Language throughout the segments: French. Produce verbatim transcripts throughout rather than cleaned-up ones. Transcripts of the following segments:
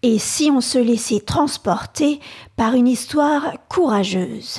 Et si on se laissait transporter par une histoire courageuse?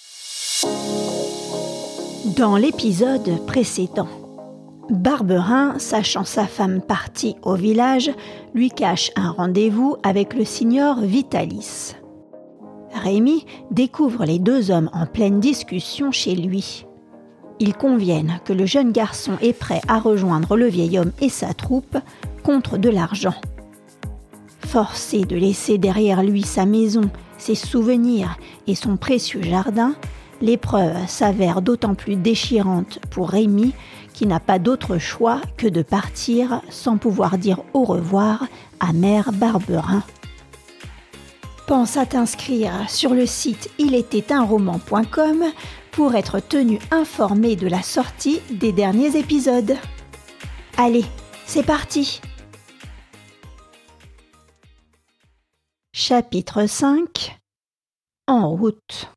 Dans l'épisode précédent, Barberin, sachant sa femme partie au village, lui cache un rendez-vous avec le signor Vitalis. Rémi découvre les deux hommes en pleine discussion chez lui. Ils conviennent que le jeune garçon est prêt à rejoindre le vieil homme et sa troupe contre de l'argent. Forcé de laisser derrière lui sa maison, ses souvenirs et son précieux jardin, l'épreuve s'avère d'autant plus déchirante pour Rémi qui n'a pas d'autre choix que de partir sans pouvoir dire au revoir à Mère Barberin. Pense à t'inscrire sur le site il était un roman point com pour être tenu informé de la sortie des derniers épisodes. Allez, c'est parti! Chapitre cinq. En route.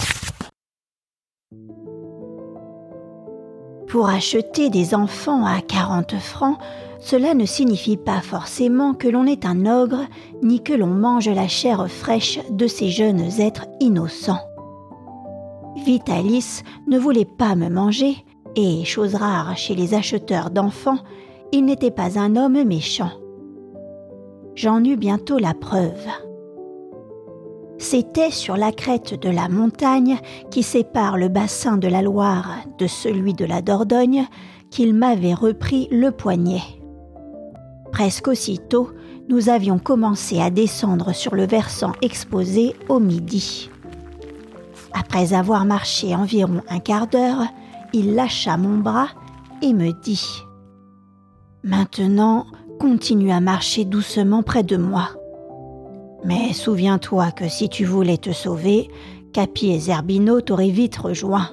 Pour acheter des enfants à quarante francs, cela ne signifie pas forcément que l'on est un ogre, ni que l'on mange la chair fraîche de ces jeunes êtres innocents. Vitalis ne voulait pas me manger, et, chose rare chez les acheteurs d'enfants, il n'était pas un homme méchant. J'en eus bientôt la preuve. C'était sur la crête de la montagne qui sépare le bassin de la Loire de celui de la Dordogne qu'il m'avait repris le poignet. Presque aussitôt, nous avions commencé à descendre sur le versant exposé au midi. Après avoir marché environ un quart d'heure, il lâcha mon bras et me dit « Maintenant, continue à marcher doucement près de moi. Mais souviens-toi que si tu voulais te sauver, Capi et Zerbino t'auraient vite rejoint.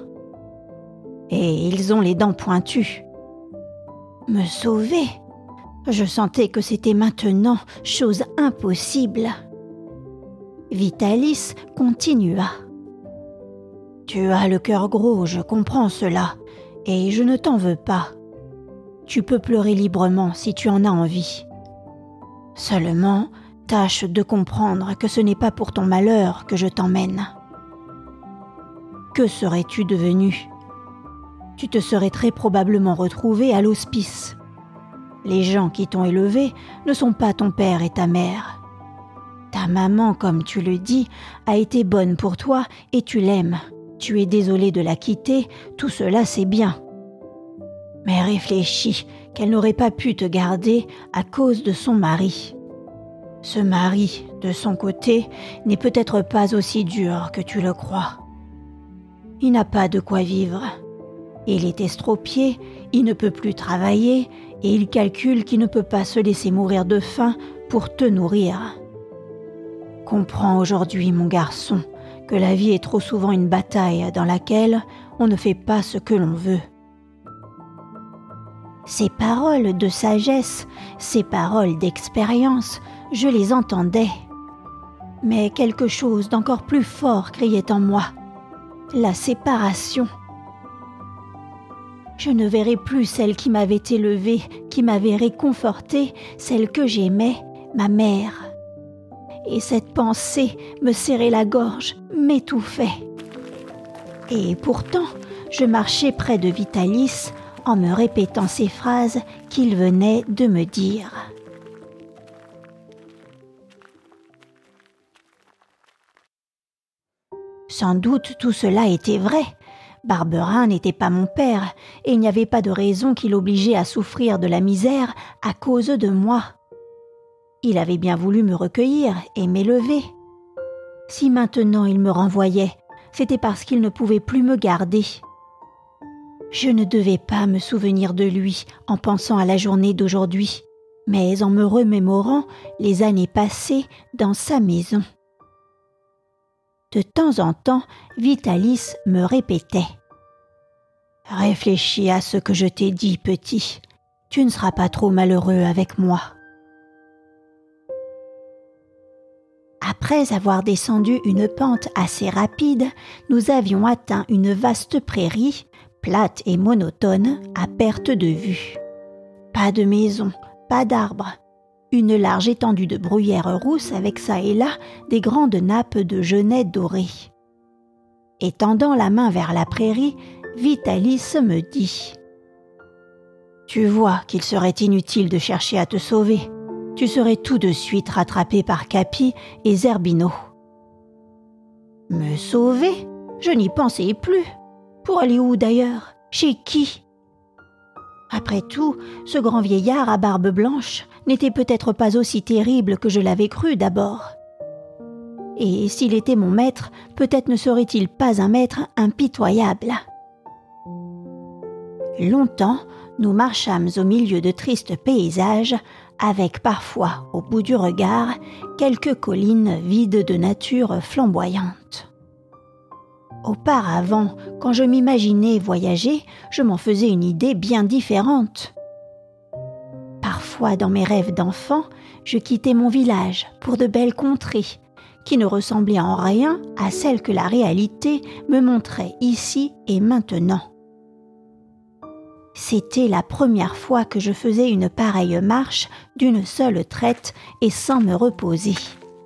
Et ils ont les dents pointues. » Me sauver ? Je sentais que c'était maintenant chose impossible. Vitalis continua. « Tu as le cœur gros, je comprends cela, et je ne t'en veux pas. Tu peux pleurer librement si tu en as envie. Seulement, tâche de comprendre que ce n'est pas pour ton malheur que je t'emmène. Que serais-tu devenu ? Tu te serais très probablement retrouvé à l'hospice. Les gens qui t'ont élevé ne sont pas ton père et ta mère. Ta maman, comme tu le dis, a été bonne pour toi et tu l'aimes. Tu es désolé de la quitter, tout cela c'est bien. Mais réfléchis qu'elle n'aurait pas pu te garder à cause de son mari. Ce mari, de son côté, n'est peut-être pas aussi dur que tu le crois. Il n'a pas de quoi vivre. Il est estropié, il ne peut plus travailler et il calcule qu'il ne peut pas se laisser mourir de faim pour te nourrir. Comprends aujourd'hui, mon garçon, que la vie est trop souvent une bataille dans laquelle on ne fait pas ce que l'on veut. Ces paroles de sagesse, ces paroles d'expérience, je les entendais. Mais quelque chose d'encore plus fort criait en moi. La séparation. Je ne verrais plus celle qui m'avait élevée, qui m'avait réconfortée, celle que j'aimais, ma mère. Et cette pensée me serrait la gorge, m'étouffait. Et pourtant, je marchais près de Vitalis en me répétant ces phrases qu'il venait de me dire. Sans doute tout cela était vrai. Barberin n'était pas mon père, et il n'y avait pas de raison qui l'obligeait à souffrir de la misère à cause de moi. Il avait bien voulu me recueillir et m'élever. Si maintenant il me renvoyait, c'était parce qu'il ne pouvait plus me garder. Je ne devais pas me souvenir de lui en pensant à la journée d'aujourd'hui, mais en me remémorant les années passées dans sa maison. De temps en temps, Vitalis me répétait « Réfléchis à ce que je t'ai dit, petit. Tu ne seras pas trop malheureux avec moi. » Après avoir descendu une pente assez rapide, nous avions atteint une vaste prairie, plate et monotone, à perte de vue. Pas de maison, pas d'arbres. une large étendue de bruyère rousse avec çà et là des grandes nappes de genêts dorés. Étendant la main vers la prairie, Vitalis me dit « Tu vois qu'il serait inutile de chercher à te sauver. Tu serais tout de suite rattrapé par Capi et Zerbino. » Me sauver ? Je n'y pensais plus. Pour aller où d'ailleurs ? Chez qui ? Après tout, ce grand vieillard à barbe blanche n'était peut-être pas aussi terrible que je l'avais cru d'abord. Et s'il était mon maître, peut-être ne serait-il pas un maître impitoyable. Longtemps, nous marchâmes au milieu de tristes paysages, avec parfois, au bout du regard, quelques collines vides de nature flamboyante. Auparavant, quand je m'imaginais voyager, je m'en faisais une idée bien différente. Parfois, dans mes rêves d'enfant, je quittais mon village pour de belles contrées, qui ne ressemblaient en rien à celles que la réalité me montrait ici et maintenant. C'était la première fois que je faisais une pareille marche d'une seule traite et sans me reposer.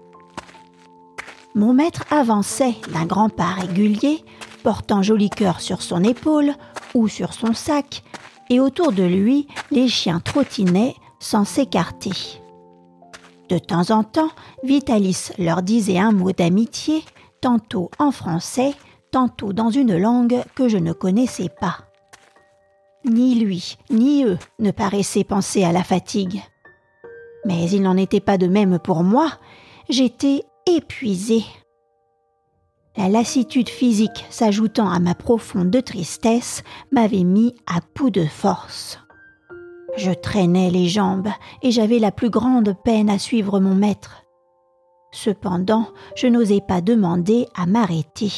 Mon maître avançait d'un grand pas régulier, portant Jolicoeur sur son épaule ou sur son sac, et autour de lui, les chiens trottinaient sans s'écarter. De temps en temps, Vitalis leur disait un mot d'amitié, tantôt en français, tantôt dans une langue que je ne connaissais pas. Ni lui, ni eux ne paraissaient penser à la fatigue. Mais il n'en était pas de même pour moi. J'étais épuisée. La lassitude physique s'ajoutant à ma profonde tristesse m'avait mis à bout de force. Je traînais les jambes et j'avais la plus grande peine à suivre mon maître. Cependant, je n'osais pas demander à m'arrêter.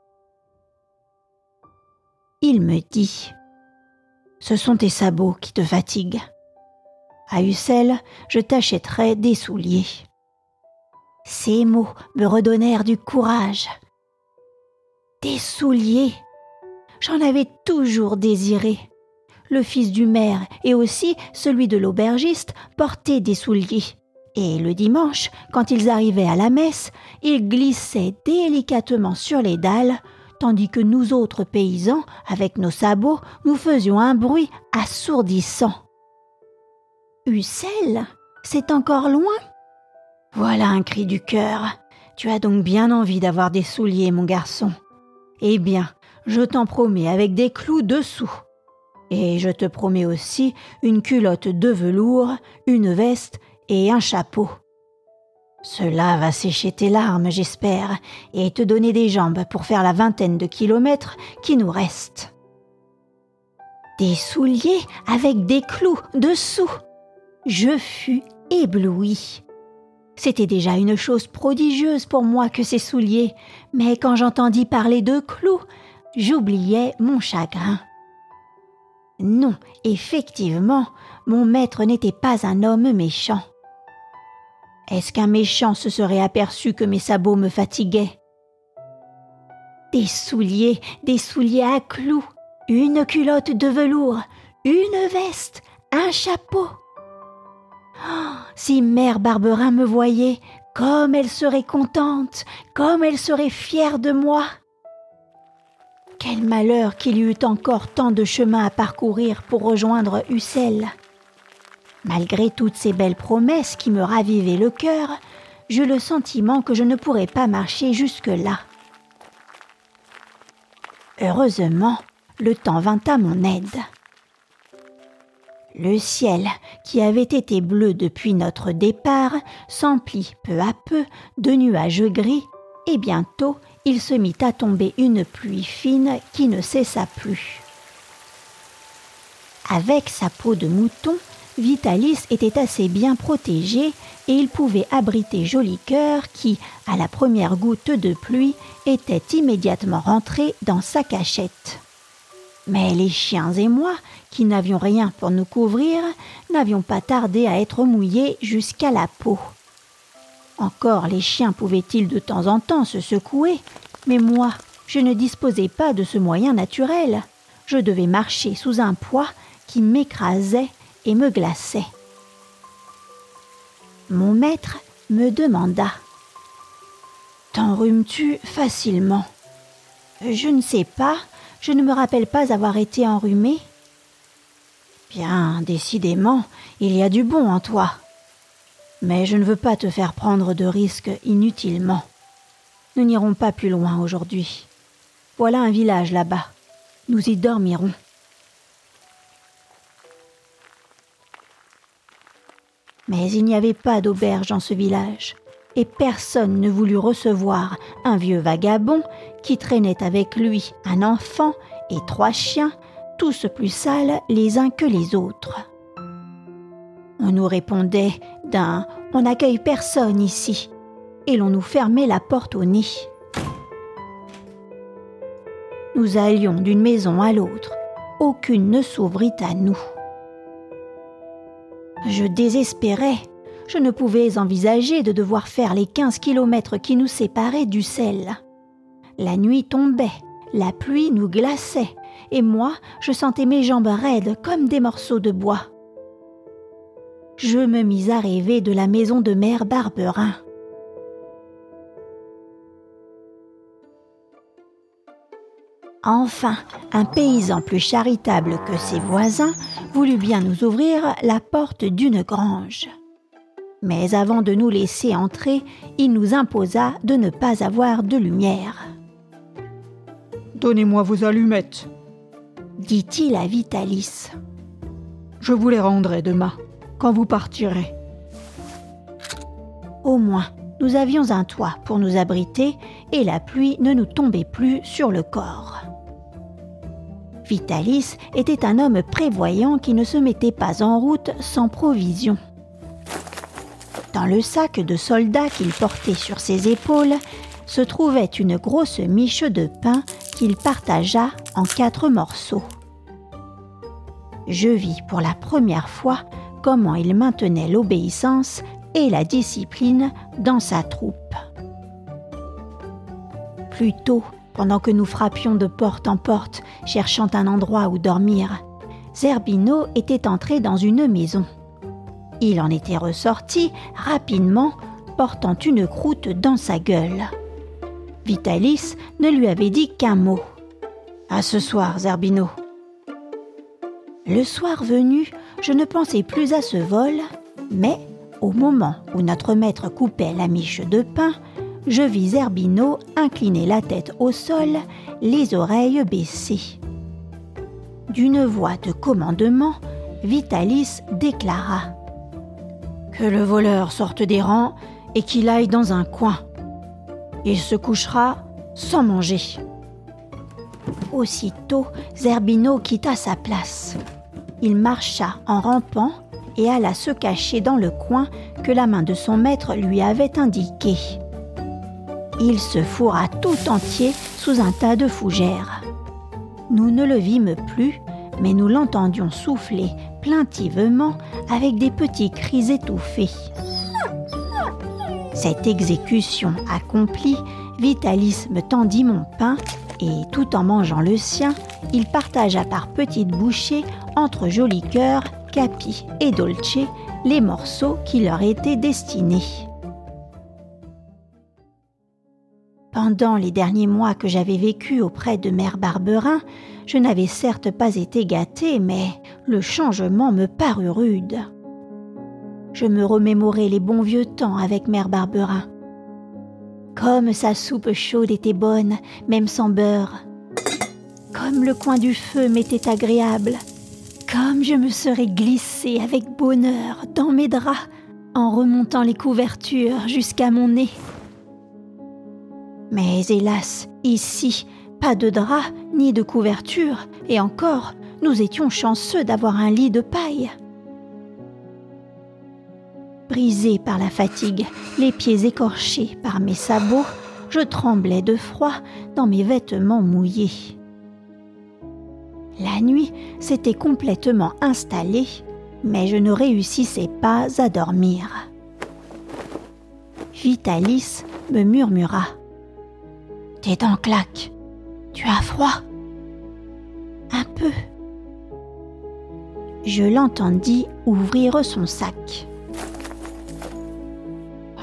Il me dit « Ce sont tes sabots qui te fatiguent. À Ussel, je t'achèterai des souliers. » Ces mots me redonnèrent du courage. Des souliers, j'en avais toujours désiré. Le fils du maire et aussi celui de l'aubergiste portaient des souliers. Et le dimanche, quand ils arrivaient à la messe, ils glissaient délicatement sur les dalles, tandis que nous autres paysans, avec nos sabots, nous faisions un bruit assourdissant. Ussel, c'est encore loin ? Voilà un cri du cœur. Tu as donc bien envie d'avoir des souliers, mon garçon. Eh bien, je t'en promets avec des clous dessous. Et je te promets aussi une culotte de velours, une veste et un chapeau. Cela va sécher tes larmes, j'espère, et te donner des jambes pour faire la vingtaine de kilomètres qui nous restent. Des souliers avec des clous dessous. Je fus éblouie. C'était déjà une chose prodigieuse pour moi que ces souliers, mais quand j'entendis parler de clous, j'oubliais mon chagrin. Non, effectivement, mon maître n'était pas un homme méchant. Est-ce qu'un méchant se serait aperçu que mes sabots me fatiguaient ? Des souliers, des souliers à clous, une culotte de velours, une veste, un chapeau. Oh, si Mère Barberin me voyait, comme elle serait contente, comme elle serait fière de moi. Quel malheur qu'il y eût encore tant de chemin à parcourir pour rejoindre Ussel. Malgré toutes ces belles promesses qui me ravivaient le cœur, j'eus le sentiment que je ne pourrais pas marcher jusque-là. Heureusement, le temps vint à mon aide. Le ciel, qui avait été bleu depuis notre départ, s'emplit peu à peu de nuages gris, et bientôt il se mit à tomber une pluie fine qui ne cessa plus. Avec sa peau de mouton, Vitalis était assez bien protégé et il pouvait abriter Jolicoeur qui, à la première goutte de pluie, était immédiatement rentré dans sa cachette. Mais les chiens et moi, qui n'avions rien pour nous couvrir, n'avions pas tardé à être mouillés jusqu'à la peau. Encore les chiens pouvaient-ils de temps en temps se secouer, mais moi, je ne disposais pas de ce moyen naturel. Je devais marcher sous un poids qui m'écrasait et me glaçait. Mon maître me demanda « T'enrhumes-tu facilement ?»« Je ne sais pas, je ne me rappelle pas avoir été enrhumée. »« Bien, décidément, il y a du bon en toi. Mais je ne veux pas te faire prendre de risques inutilement. Nous n'irons pas plus loin aujourd'hui. Voilà un village là-bas. Nous y dormirons. » Mais il n'y avait pas d'auberge dans ce village, et personne ne voulut recevoir un vieux vagabond qui traînait avec lui un enfant et trois chiens, tous plus sales les uns que les autres. On nous répondait d'un « on n'accueille personne ici » et l'on nous fermait la porte au nez. Nous allions d'une maison à l'autre, aucune ne s'ouvrit à nous. Je désespérais, je ne pouvais envisager de devoir faire les quinze kilomètres qui nous séparaient d'Ussel. La nuit tombait, la pluie nous glaçait, et moi, je sentais mes jambes raides comme des morceaux de bois. Je me mis à rêver de la maison de mère Barberin. Enfin, un paysan plus charitable que ses voisins voulut bien nous ouvrir la porte d'une grange. Mais avant de nous laisser entrer, il nous imposa de ne pas avoir de lumière. « Donnez-moi vos allumettes, » dit-il à Vitalis. « Je vous les rendrai demain, quand vous partirez. » Au moins, nous avions un toit pour nous abriter et la pluie ne nous tombait plus sur le corps. Vitalis était un homme prévoyant qui ne se mettait pas en route sans provisions. Dans le sac de soldat qu'il portait sur ses épaules se trouvait une grosse miche de pain qu'il partagea en quatre morceaux. Je vis pour la première fois comment il maintenait l'obéissance et la discipline dans sa troupe. Plus tôt, pendant que nous frappions de porte en porte, cherchant un endroit où dormir, Zerbino était entré dans une maison. Il en était ressorti rapidement, portant une croûte dans sa gueule. Vitalis ne lui avait dit qu'un mot. « À ce soir, Zerbino. » Le soir venu, je ne pensais plus à ce vol, mais au moment où notre maître coupait la miche de pain, je vis Zerbino incliner la tête au sol, les oreilles baissées. D'une voix de commandement, Vitalis déclara « Que le voleur sorte des rangs et qu'il aille dans un coin. Il se couchera sans manger. » Aussitôt, Zerbino quitta sa place. Il marcha en rampant et alla se cacher dans le coin que la main de son maître lui avait indiqué. Il se fourra tout entier sous un tas de fougères. Nous ne le vîmes plus, mais nous l'entendions souffler plaintivement avec des petits cris étouffés. Cette exécution accomplie, Vitalis me tendit mon pain et, tout en mangeant le sien, il partagea par petites bouchées entre Joli Cœur, Capi et Dolce les morceaux qui leur étaient destinés. Pendant les derniers mois que j'avais vécu auprès de mère Barberin, je n'avais certes pas été gâtée, mais le changement me parut rude. Je me remémorais les bons vieux temps avec mère Barberin. Comme sa soupe chaude était bonne, même sans beurre. Comme le coin du feu m'était agréable. Comme je me serais glissée avec bonheur dans mes draps en remontant les couvertures jusqu'à mon nez. Mais hélas, ici, pas de drap ni de couverture, et encore, nous étions chanceux d'avoir un lit de paille. Brisée par la fatigue, les pieds écorchés par mes sabots, je tremblais de froid dans mes vêtements mouillés. La nuit s'était complètement installée, mais je ne réussissais pas à dormir. Vitalis me murmura « Tes dents claquent, tu as froid ?»« Un peu. » Je l'entendis ouvrir son sac.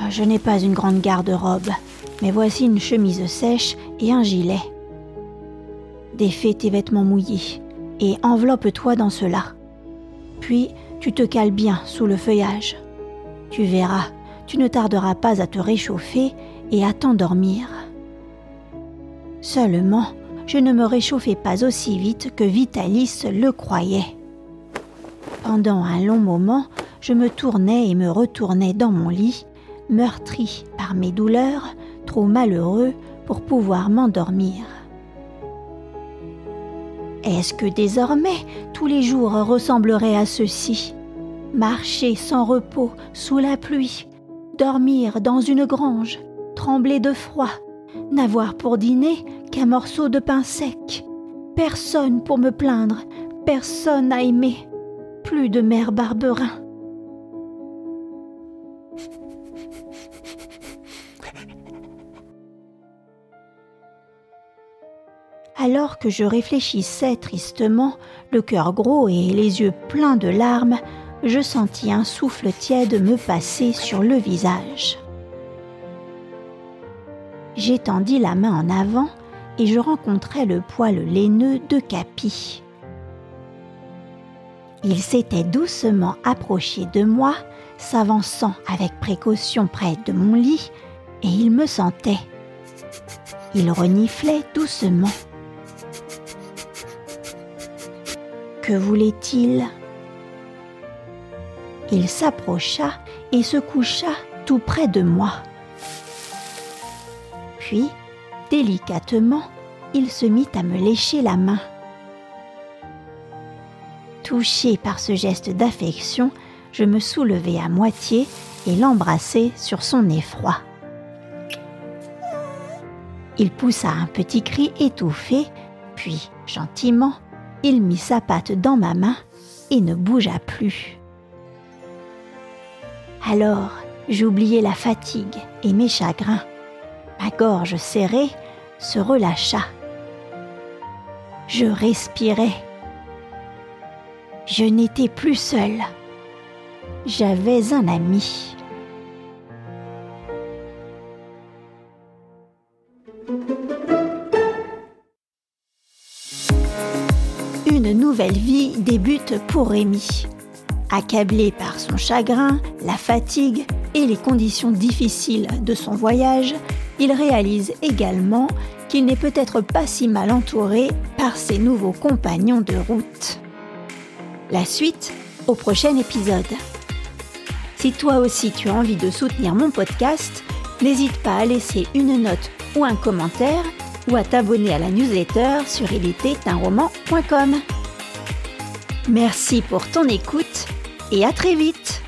Je n'ai pas une grande garde-robe, mais voici une chemise sèche et un gilet. Défais tes vêtements mouillés et enveloppe-toi dans cela. Puis, tu te cales bien sous le feuillage. Tu verras, tu ne tarderas pas à te réchauffer et à t'endormir. Seulement, je ne me réchauffais pas aussi vite que Vitalis le croyait. Pendant un long moment, je me tournais et me retournais dans mon lit, meurtri par mes douleurs, trop malheureux pour pouvoir m'endormir. Est-ce que désormais, tous les jours ressembleraient à ceci ? Marcher sans repos sous la pluie, dormir dans une grange, trembler de froid, n'avoir pour dîner qu'un morceau de pain sec, personne pour me plaindre, personne à aimer, plus de mère Barberin. Alors que je réfléchissais tristement, le cœur gros et les yeux pleins de larmes, je sentis un souffle tiède me passer sur le visage. J'étendis la main en avant et je rencontrai le poil laineux de Capi. Il s'était doucement approché de moi, s'avançant avec précaution près de mon lit, et il me sentait. Il reniflait doucement. Que voulait-il ? Il s'approcha et se coucha tout près de moi. Puis, délicatement, il se mit à me lécher la main. Touché par ce geste d'affection, je me soulevai à moitié et l'embrassai sur son nez froid. Il poussa un petit cri étouffé, puis, gentiment, il mit sa patte dans ma main et ne bougea plus. Alors, j'oubliai la fatigue et mes chagrins. Ma gorge serrée se relâcha. Je respirais. Je n'étais plus seule. J'avais un ami. Une nouvelle vie débute pour Rémi. Accablé par son chagrin, la fatigue et les conditions difficiles de son voyage, il réalise également qu'il n'est peut-être pas si mal entouré par ses nouveaux compagnons de route. La suite au prochain épisode. Si toi aussi tu as envie de soutenir mon podcast, n'hésite pas à laisser une note ou un commentaire ou à t'abonner à la newsletter sur il était un roman point com. Merci pour ton écoute et à très vite.